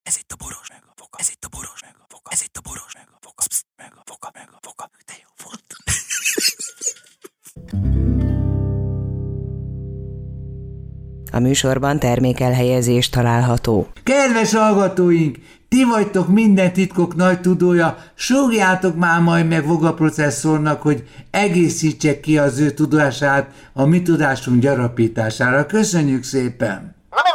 Ez itt a Boros meg a Foka. Ez itt a Boros meg a Foka. Ez itt a Boros meg a Foka. Psz, meg a Foka, meg a Foka. De jó volt. A műsorban termékelhelyezés található. Kedves hallgatóink, ti vagytok minden titkok nagy tudója, súgjátok már majd meg Voga processzornak, hogy egészítsek ki az ő tudását a mi tudásunk gyarapítására. Köszönjük szépen!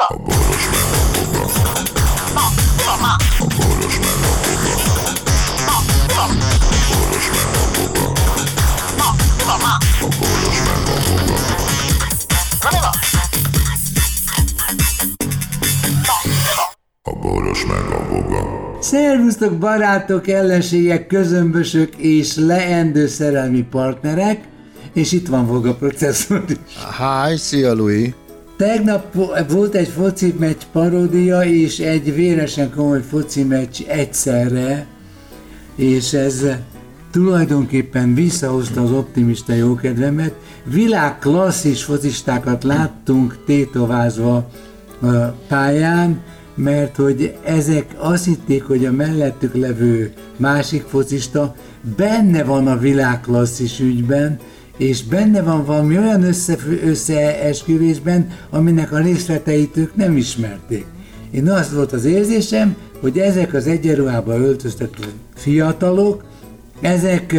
Szervusztok barátok, ellenségek, közömbösök és leendő szerelmi partnerek, és itt van Voga processzor is. Hi, szia Louis! Tegnap volt egy foci meccs paródia és egy véresen komoly foci meccs egyszerre, és ez tulajdonképpen visszahozta az optimista jókedvemet. Világklasszis focistákat láttunk tétovázva a pályán, mert hogy ezek azt hitték, hogy a mellettük levő másik focista benne van a világklasszis ügyben, és benne van valami olyan összeesküvésben, aminek a részleteit ők nem ismerték. Én azt volt az érzésem, hogy ezek az egyenruhába öltöztető fiatalok, ezek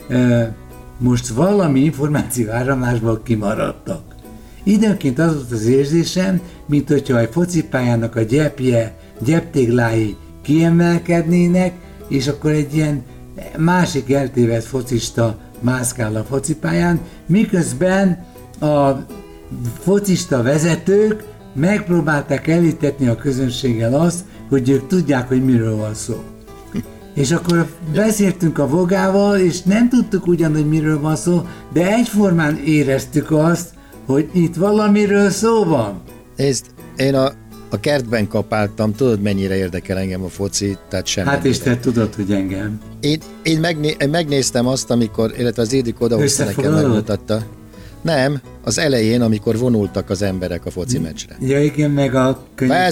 most valami információ áramlásból kimaradtak. Időnként az volt az érzésem, mint hogyha a focipályának a gyeptéglái kiemelkednének, és akkor egy ilyen másik eltévedt focista mászkál a focipályán, miközben a focista vezetők megpróbálták elhitetni a közönséggel azt, hogy ők tudják, hogy miről van szó. És akkor beszéltünk a Vogával, és nem tudtuk ugyan, hogy miről van szó, de egyformán éreztük azt, hogy itt valamiről szó van. Nézd, én a kertben kapáltam, tudod mennyire érdekel engem a foci, tehát semmi. Hát és te tudod, hogy engem. Én megnéztem azt, amikor, illetve az Édik odahozta nekem, megmutatta. Nem, az elején, amikor vonultak az emberek a foci meccsre. Ja igen, meg a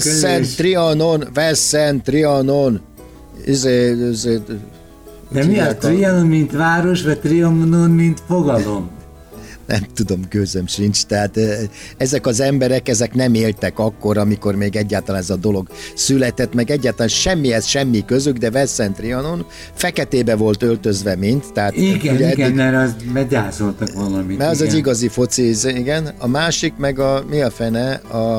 Vessen Trianon. De mi a Trianon, mint város, vagy Trianon, mint fogalom? Nem tudom, gőzöm sincs, tehát ezek az emberek, ezek nem éltek akkor, amikor még egyáltalán ez a dolog született, meg egyáltalán semmihez semmi közük, de Vessen Trianon feketébe volt öltözve mint, tehát... Igen, mert gyászoltak valamit. Mert az egy igazi foci, igen. A másik meg mi a fene,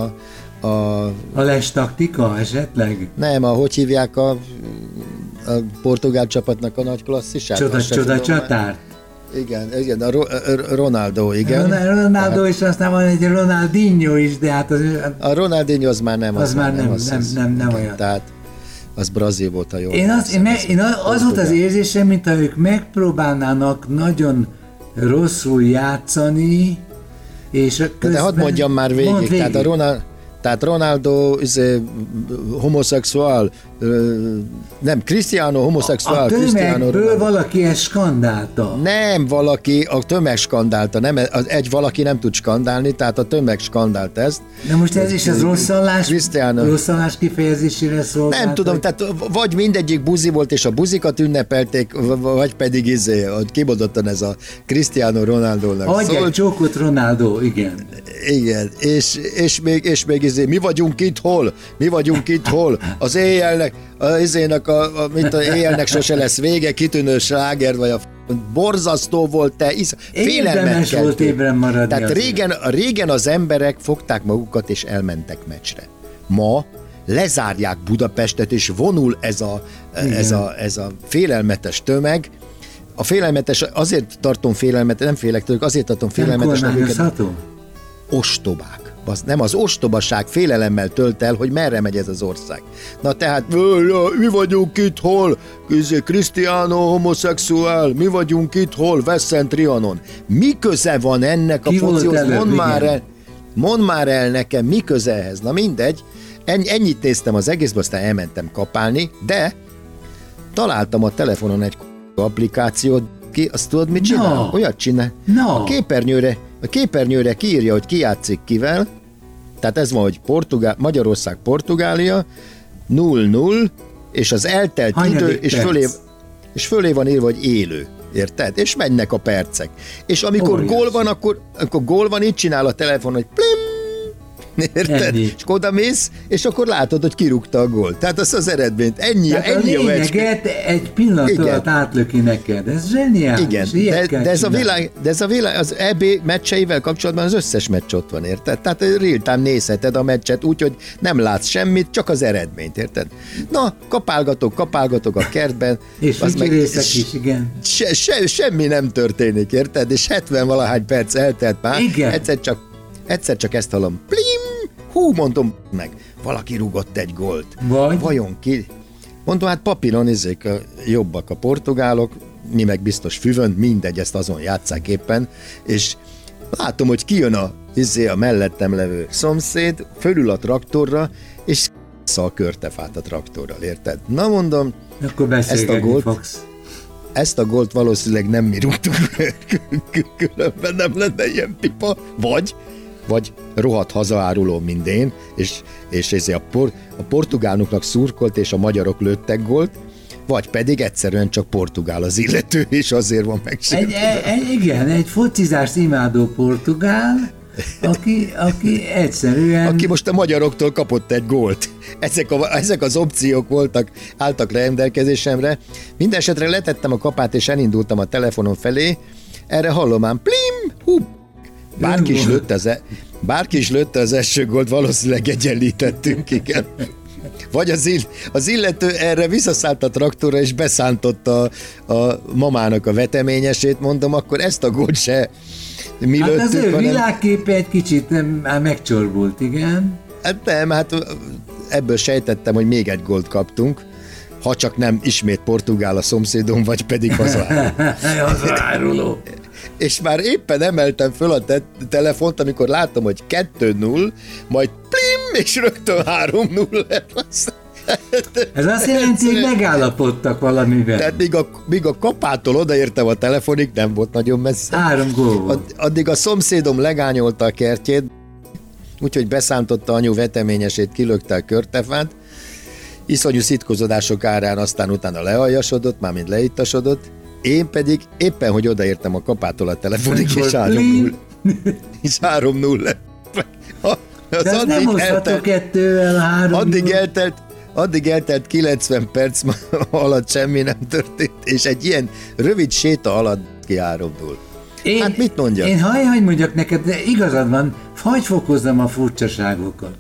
a les taktika esetleg? Nem, hogy hívják a portugál csapatnak a nagy klasszisát? Csoda csatárt? Igen, a Ronaldo, igen. Ronaldo, és aztán van egy Ronaldinho is, de hát a Ronaldinho az már nem. Az már nem olyan. Tehát az Brazil volt a jó. Az volt az érzésem, mintha ők megpróbálnának nagyon rosszul játszani, és közben... De hadd mondjam már végig. Tehát Ronaldo homoszexuál, nem, Cristiano homoszexuál. A tömegből valaki ezt skandálta. Nem valaki, a tömeg skandálta, nem, egy valaki nem tud skandálni, tehát a tömeg skandált ezt. De most ez is az rosszallás kifejezésére szolgált? Nem tudom, tehát vagy mindegyik buzi volt, és a buzikat ünnepelték, vagy pedig kimondottan ez a Cristiano Ronaldo-nak. Adj egy csókot Ronaldo, igen. Igen, és még mi vagyunk itt hol? Az éjjelnek, mint az éjjelnek sose lesz vége, kitűnő sláger, vagy borzasztó volt, érdemes volt ébren maradni. Tehát régen az emberek fogták magukat, és elmentek meccsre. Ma lezárják Budapestet, és vonul ez a félelmetes tömeg. A félelmetes, azért tartom félelmetes, nem félek tőlük, azért tartom félelmetesnek őket. Ostobák. Nem, az ostobaság félelemmel tölt el, hogy merre megy ez az ország. Na tehát, mi vagyunk itt, hol? Cristiano homoszexuál, mi vagyunk itt, hol? Vessen Trianon. Mi köze van ennek a focihoz? Mondd már el nekem, mi köze ehhez? Na mindegy, ennyit néztem az egészbe, aztán elmentem kapálni, de találtam a telefonon egy applikációt, azt tudod, mit csinál? Olyat csinál. A képernyőre kiírja, hogy ki játszik kivel, tehát ez van, hogy Magyarország, Portugália, 0-0, és az eltelt idő, perc? és fölé van írva, hogy élő. Érted? És mennek a percek. És amikor gól van, akkor gól van, így csinál a telefon, hogy plim, érted? Ennyi. És odamész, és akkor látod, hogy kirúgta a gólt. Tehát az eredményt. Ennyi a lényeget egy pillanat alatt átlöki neked. Ez zseniális. Igen, de ez a világ, az EB meccseivel kapcsolatban az összes meccs ott van, érted? Tehát real-time nézheted a meccset úgy, hogy nem látsz semmit, csak az eredményt, érted? Na, kapálgatok a kertben. És részek is, igen. Semmi nem történik, érted? És 70-valahány perc eltelt már. Igen. Egyszer csak ezt hallom. Plim! Hú, mondom meg, valaki rúgott egy gólt. Vajon ki? Mondom, hát papíron jobbak a portugálok, mi meg biztos füvön, mindegy, ezt azon játsszák éppen, és látom, hogy kijön a mellettem levő szomszéd, fölül a traktorra, és a körtefát a traktorral, érted? Na mondom, akkor ezt a gólt valószínűleg nem mi rúgtuk, különben nem lenne ilyen pipa, vagy rohadt hazaáruló, mint én, és a portugáloknak szurkolt, és a magyarok lőttek gólt, vagy pedig egyszerűen csak portugál az illető, és azért van megsértve. Igen, egy focizást imádó portugál, aki egyszerűen... Aki most a magyaroktól kapott egy gólt. Ezek az opciók álltak rendelkezésemre. Mindenesetre letettem a kapát, és elindultam a telefonon felé. Erre hallom ám, plim, hú, bárki is lőtte az első gólt, valószínűleg egyenlítettünk, igen. Vagy az illető erre visszaszállt a traktorra, és beszántotta a mamának a veteményesét, mondom, akkor ezt a gólt se mi lőttük. Hát az ő világképe egy kicsit megcsorbult, igen. Hát nem, ebből sejtettem, hogy még egy gólt kaptunk, ha csak nem ismét portugál a szomszédom, vagy pedig hazaáruló. És már éppen emeltem föl a telefont, amikor látom, hogy 2-0, majd plim, és rögtön 3-0 lett. Ez azt jelenti, hogy megállapodtak valamiben. Tehát míg a kapától odaértem a telefonig, nem volt nagyon messze. 3 gól volt. Addig a szomszédom legányolta a kertjét, úgyhogy beszántotta anyu veteményesét, kilökte a körtefát, iszonyú szitkozódások árán aztán utána lealjasodott, mármint leittasodott, én pedig éppen, hogy odaértem a kapától a telefonig, és 3-0. És 3-0 lett. De ez nem hozható 2-vel 3-0. Addig eltelt 90 perc alatt semmi nem történt, és egy ilyen rövid séta alatt ki 3-0. Hát mit mondjak? Én hogy mondjak neked, de igazad van, hagyj fokozzam a furcsaságokat.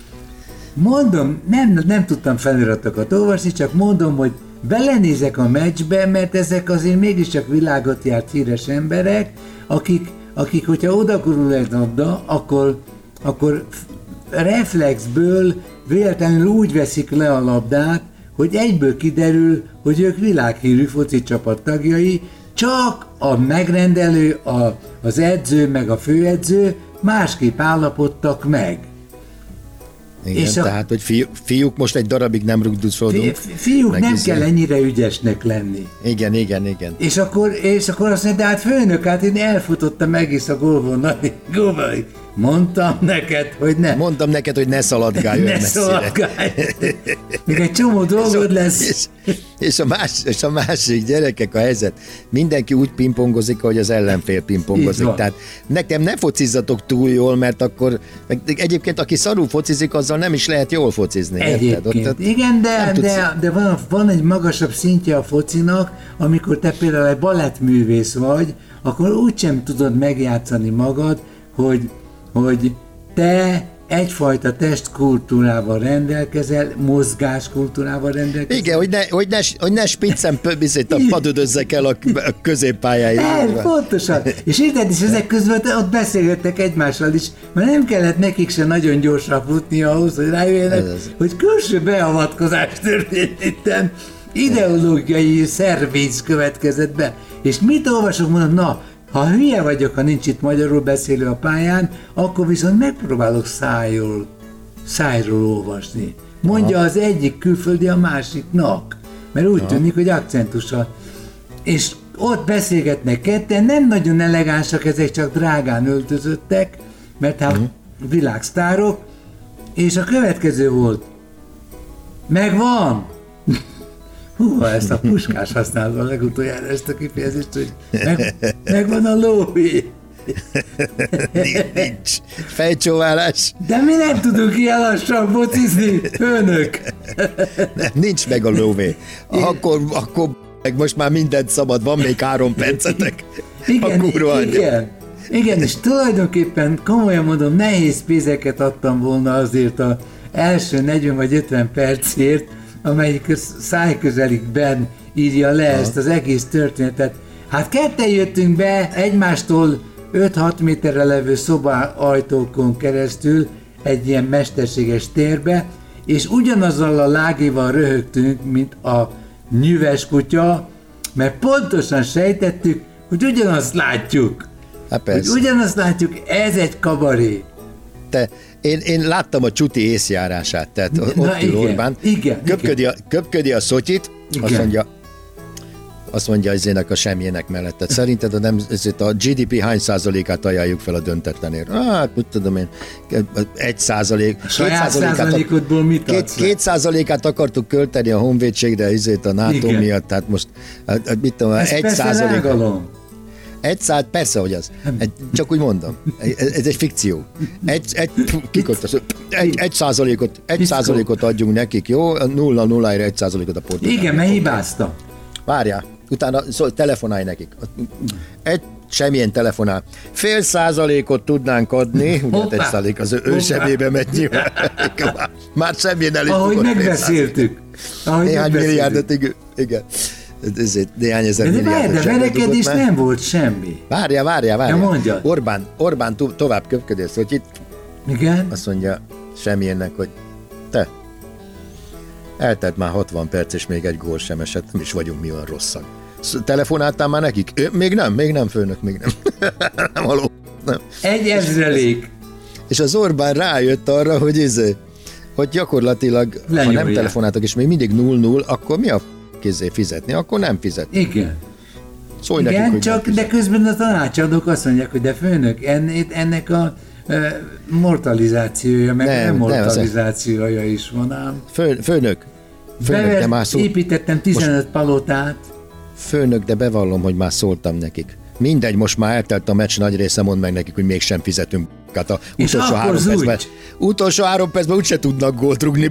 Mondom, nem tudtam feliratokat olvasni, csak mondom, hogy belenézek a meccsbe, mert ezek azért mégiscsak világot járt híres emberek, akik hogyha odagurul egy labda, akkor reflexből véletlenül úgy veszik le a labdát, hogy egyből kiderül, hogy ők világhírű foci csapat tagjai, csak a megrendelő, az edző meg a főedző másképp állapodtak meg. Igen, tehát, hogy fiúk most egy darabig nem rugdosodunk. Fiúk nem kell ennyire ügyesnek lenni. Igen. És akkor azt mondja, de hát főnök, hát én elfutottam egész a gólvonalig. Mondtam neked, hogy ne. Mondtam neked, hogy ne szaladgálj olyan messzire. Még egy csomó dolgod lesz. És a másik, gyerekek, a helyzet. Mindenki úgy pingpongozik, hogy az ellenfél pingpongozik. Tehát nekem ne focizzatok túl jól, mert akkor egyébként aki szarul focizik, azzal nem is lehet jól focizni. Egyébként. Igen, de van egy magasabb szintje a focinak, amikor te például egy balettművész vagy, akkor úgysem tudod megjátszani magad, hogy te egyfajta testkultúrával rendelkezel, mozgáskultúrával rendelkezel. Igen, hogy ne spiccen padödözzek el a középpályáig. Pontosan. És érted, és ezek közben ott beszélgettek egymással is, mert nem kellett nekik se nagyon gyorsan futni ahhoz, hogy rájöjjenek, hogy külső beavatkozás történt itten, ideológiai szervíz következett be. És mit olvasok, mondom, na, ha hülye vagyok, ha nincs itt magyarul beszélő a pályán, akkor viszont megpróbálok szájról olvasni. Mondja az egyik külföldi a másiknak, mert úgy tűnik, hogy akcentussal. És ott beszélgetnek ketten, nem nagyon elegánsak, ezek csak drágán öltözöttek, mert hát világsztárok, és a következő volt. Megvan! Húha, ezt a Puskás használta a legutoljára ezt a kifejezést, hogy megvan a lóvé. Nincs. Fejcsóválás. De mi nem tudunk ilyen lassan focizni, főnök. Nem, nincs meg a lóvé. Akkor meg most már mindent szabad, van még 3 percetek. Igen, és tulajdonképpen komolyan mondom, nehéz pénzeket adtam volna azért az első 40 vagy 50 percért, amelyik szájközelikben írja le ezt az egész történetet. Hát ketten jöttünk be egymástól 5-6 méterre levő szobaajtókon keresztül egy ilyen mesterséges térbe, és ugyanazzal a lágéval röhögtünk, mint a nyüves kutya, mert pontosan sejtettük, hogy ugyanazt látjuk. Hát persze. Hogy ugyanazt látjuk, ez egy kabaré. Én láttam a Csuti észjárását, tehát ott ül Orbán, köpködi a szotyit, azt mondja ezének a semjének mellett. Tehát szerinted a GDP hány százalékát ajánljuk fel a döntetlenért? Hát, mit tudom én, 1%. Saját százalékodból mit adsz? 2%-át akartuk költeni a honvédségre, a NATO miatt, tehát most, mit tudom, 1%. Persze, hogy az. Csak úgy mondom. Ez egy fikció. 1%-ot adjunk nekik, jó? 0-0-ra 1%-ot a portugálok. Igen, mert hibázta. Várjál, utána telefonálj nekik. Semmilyen telefonál. 0,5% tudnánk adni, ugye 1% az ő sebébe megy nyilván. Már semmilyen el is ahogy megbeszéltük. Néhány milliárdot, igen. Néhány ezer milliárdot. De verekedés nem volt semmi. Várjál. Ja, mondjad. Orbán tovább köpködés, hogy itt igen? Azt mondja semmilyennek, hogy te, eltelt már 60 perc, és még egy gól sem esett, nem is vagyunk mi olyan rosszak. Telefonáltál már nekik? Még nem, főnök, még nem. Nem haló. Nem. 1000. És az Orbán rájött arra, hogy gyakorlatilag, lenyúlja. Ha nem telefonáltak, és még mindig 0-0, akkor mi a kézzé fizetni? Akkor nem fizet. Igen. Szólj igen, nekik, csak de közben a tanácsadók azt mondják, hogy de főnök, ennek a mortalizációja, meg nem mortalizációja is van ám. Főnök, de már építettem 15 palotát. Főnök, de bevallom, hogy már szóltam nekik. Mindegy, most már eltelt a meccs nagy része, mondd meg nekik, hogy mégsem fizetünk. Hát utolsó 3 percben úgyse tudnak gólt rúgni.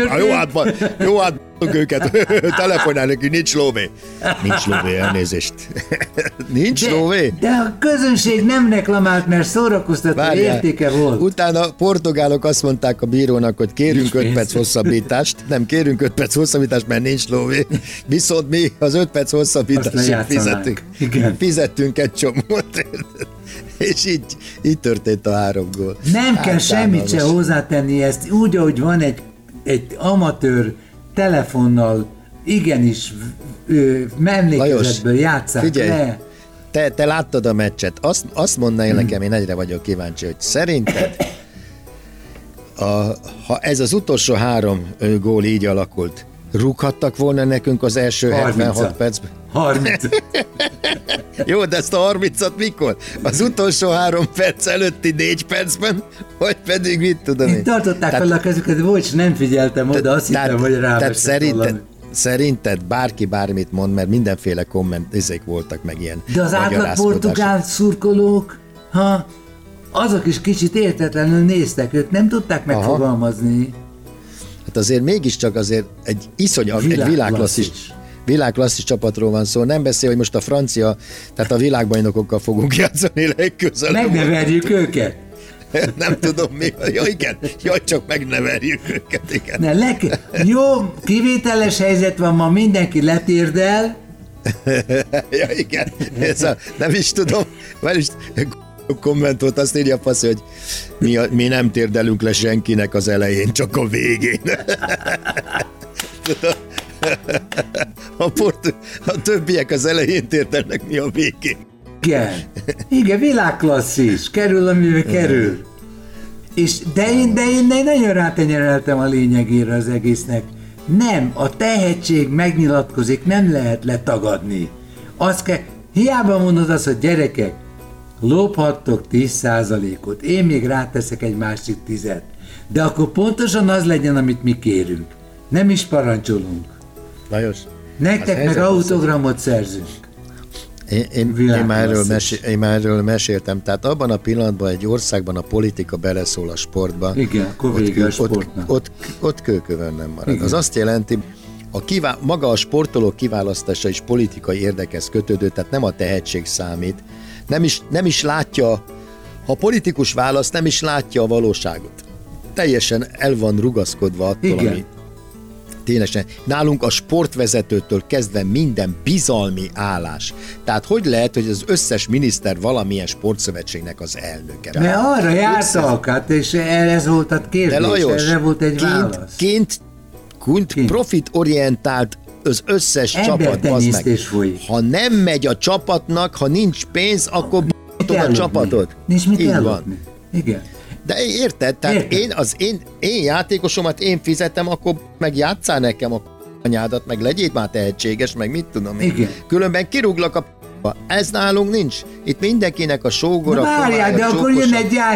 Jó átban őket. Telefonál neki, nincs lóvé. Nincs lóvé, elnézést. Nincs lóvé? De a közönség nem reklamált, mert szórakoztató értéke volt. Utána a portugálok azt mondták a bírónak, hogy kérünk 5 perc hosszabbítást. Nem, kérünk 5 perc hosszabbítást, mert nincs lóvé. Viszont mi az 5 perc hosszabbításért fizettünk. Fizettünk egy csomót. És így történt a 3 gól. Nem kell semmit se hozzátenni, ezt úgy, ahogy van egy amatőr telefonnal, igenis memlékezetből játsszák le. Te láttad a meccset, azt mondd nekem, én egyre vagyok kíváncsi, hogy szerinted, ha ez az utolsó 3 gól így alakult, rúghattak volna nekünk az első 76 percben? 30. Jó, de ezt a 30-at mikor? Az utolsó 3 perc előtti 4 percben? Vagy pedig mit tudom én? Tartották fel a kezüket, bocs, nem figyeltem oda, azt hittem, hogy rábeszett szerinted bárki bármit mond, mert mindenféle kommentézék voltak meg ilyen. De az átlag portugál szurkolók, azok is kicsit értetlenül néztek, ők nem tudták megfogalmazni. Hát azért mégiscsak egy világklasszis csapatról van szó. Nem beszél, hogy most a francia, tehát a világbajnokokkal fogunk játszani legközelebb. Megneverjük őket. Nem tudom mi. Ja, igen. Jaj, csak megneverjük őket, igen. Jó, kivételes helyzet van, ma mindenki letérdel. Ja, igen. Nem is tudom. Komment volt, azt írja Passz, hogy mi nem térdelünk le senkinek az elején, csak a végén. A többiek az elején térdelnek, mi a végén. Igen, világklasszis, kerül, amivel kerül. De én nagyon rátenyereltem a lényegére az egésznek. Nem, a tehetség megnyilatkozik, nem lehet letagadni. Hiába mondod azt, hogy gyerekek, lophattok 10%-ot, én még ráteszek egy másik 10-et. De akkor pontosan az legyen, amit mi kérünk. Nem is parancsolunk. Nektek meg autogramot szerzünk. Én már erről meséltem. Tehát abban a pillanatban egy országban a politika beleszól a sportba. Igen, akkor vége a sportnak. Ott kőkövön nem marad. Igen. Az azt jelenti, maga a sportolók kiválasztása is politikai érdekhez kötődő, tehát nem a tehetség számít. Nem is látja, ha politikus választ, nem is látja a valóságot. Teljesen el van rugaszkodva attól, igen. Ami tényleg. Nálunk a sportvezetőtől kezdve minden bizalmi állás. Tehát hogy lehet, hogy az összes miniszter valamilyen sportszövetségnek az elnöke? Mert arra jártak, hát, és ez volt a kérdés, Lajos, erre volt egy válasz. Kint profitorientált az összes csapat. Ha nem megy a csapatnak, ha nincs pénz, akkor a csapatot. Nincs mit ellopni. Igen. De érted? Tehát én játékosomat én fizetem, akkor meg játsszál nekem a anyádat, meg legyél már tehetséges, meg mit tudom én. Igen. Különben kirúglak a Ez nálunk nincs. Itt mindenkinek a sógora. Várjál, de akkor jön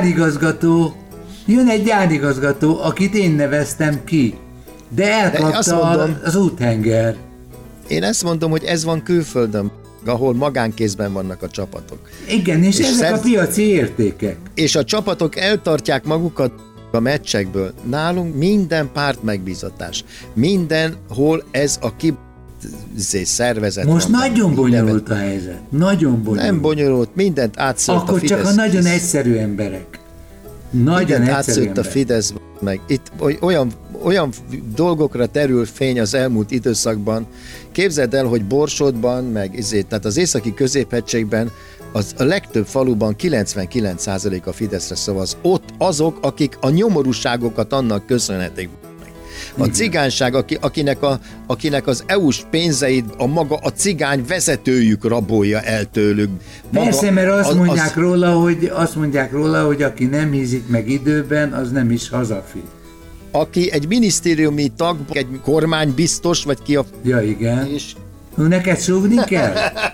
egy gyárigazgató, akit én neveztem ki. De elkapta az úthenger. Én ezt mondom, hogy ez van külföldön, ahol magánkézben vannak a csapatok. Igen, és ezek a piaci értékek. És a csapatok eltartják magukat a meccsekből. Nálunk minden párt megbízatás. Mindenhol ez a szervezet. Most nagyon bonyolult a helyzet. Nagyon bonyolult. Nem bonyolult, mindent átszőtt akkor a Fidesz. Akkor csak a nagyon egyszerű emberek. Nagyon átszőtt a Fidesz, meg itt olyan dolgokra terül fény az elmúlt időszakban. Képzeld el, hogy Borsodban, meg tehát az északi középhegységben a legtöbb faluban 99% a Fideszre szavaz. Ott azok, akik a nyomorúságokat annak köszönhetik. A cigányság, akinek az EU-s pénzeit a cigány vezetőjük rabolja el tőlük. Persze, mert azt mondják róla, hogy aki nem hízik meg időben, az nem is hazafi. Aki egy minisztériumi tag, egy kormánybiztos, vagy ki a... Ja, igen. És... Neked súgni kell?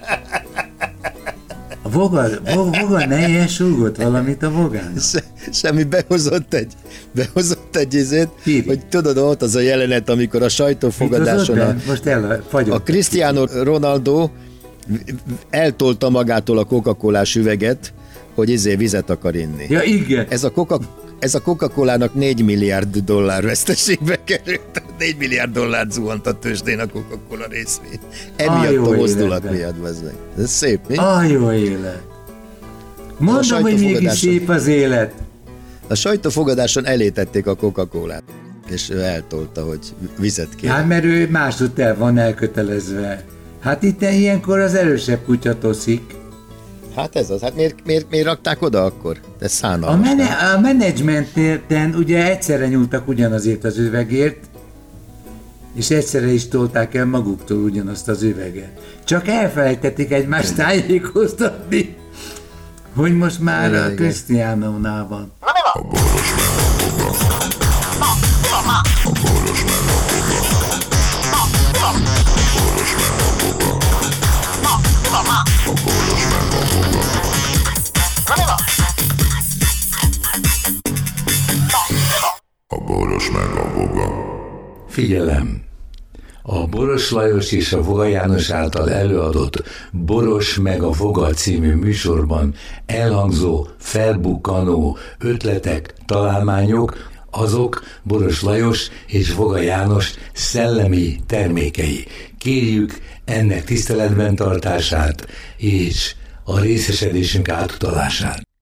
A voga ne ilyen súgott valamit a vogán? Semmi, behozott egy izét, hogy tudod, ott az a jelenet, amikor a sajtófogadáson a Cristiano Ronaldo eltolta magától a Coca-Colás üveget, hogy vizet akar inni. Ja, igen. Ez a Coca-Colának $4 milliárd veszteségbe került. $4 milliárd zuhant a tőzsdén a Coca-Cola részvény. Emiatt a mozdulat miatt vezetnek. Ez szép, mi? Jó élet. Mondom, hogy mégis szép az élet. A sajtófogadáson elétették a Coca-Colát, és ő eltolta, hogy vizet kér. Hát mert ő máshogy el van elkötelezve. Hát itt ilyenkor az erősebb kutya toszik. Hát ez az. Hát miért rakták oda akkor? Ez szánalmas. A menedzsmenten ugye egyszerre nyúltak ugyanazért az üvegért, és egyszerre is tolták el maguktól ugyanazt az üveget. Csak elfelejtették egymást tájékoztatni, hogy most már a Cristianónál van. A Boros meg a Voga. Figyelem! A Boros Lajos és a Voga János által előadott Boros meg a Voga című műsorban elhangzó, felbukkanó ötletek, találmányok, azok Boros Lajos és Voga János szellemi termékei. Kérjük ennek tiszteletben tartását és a részesedésünk átutalását.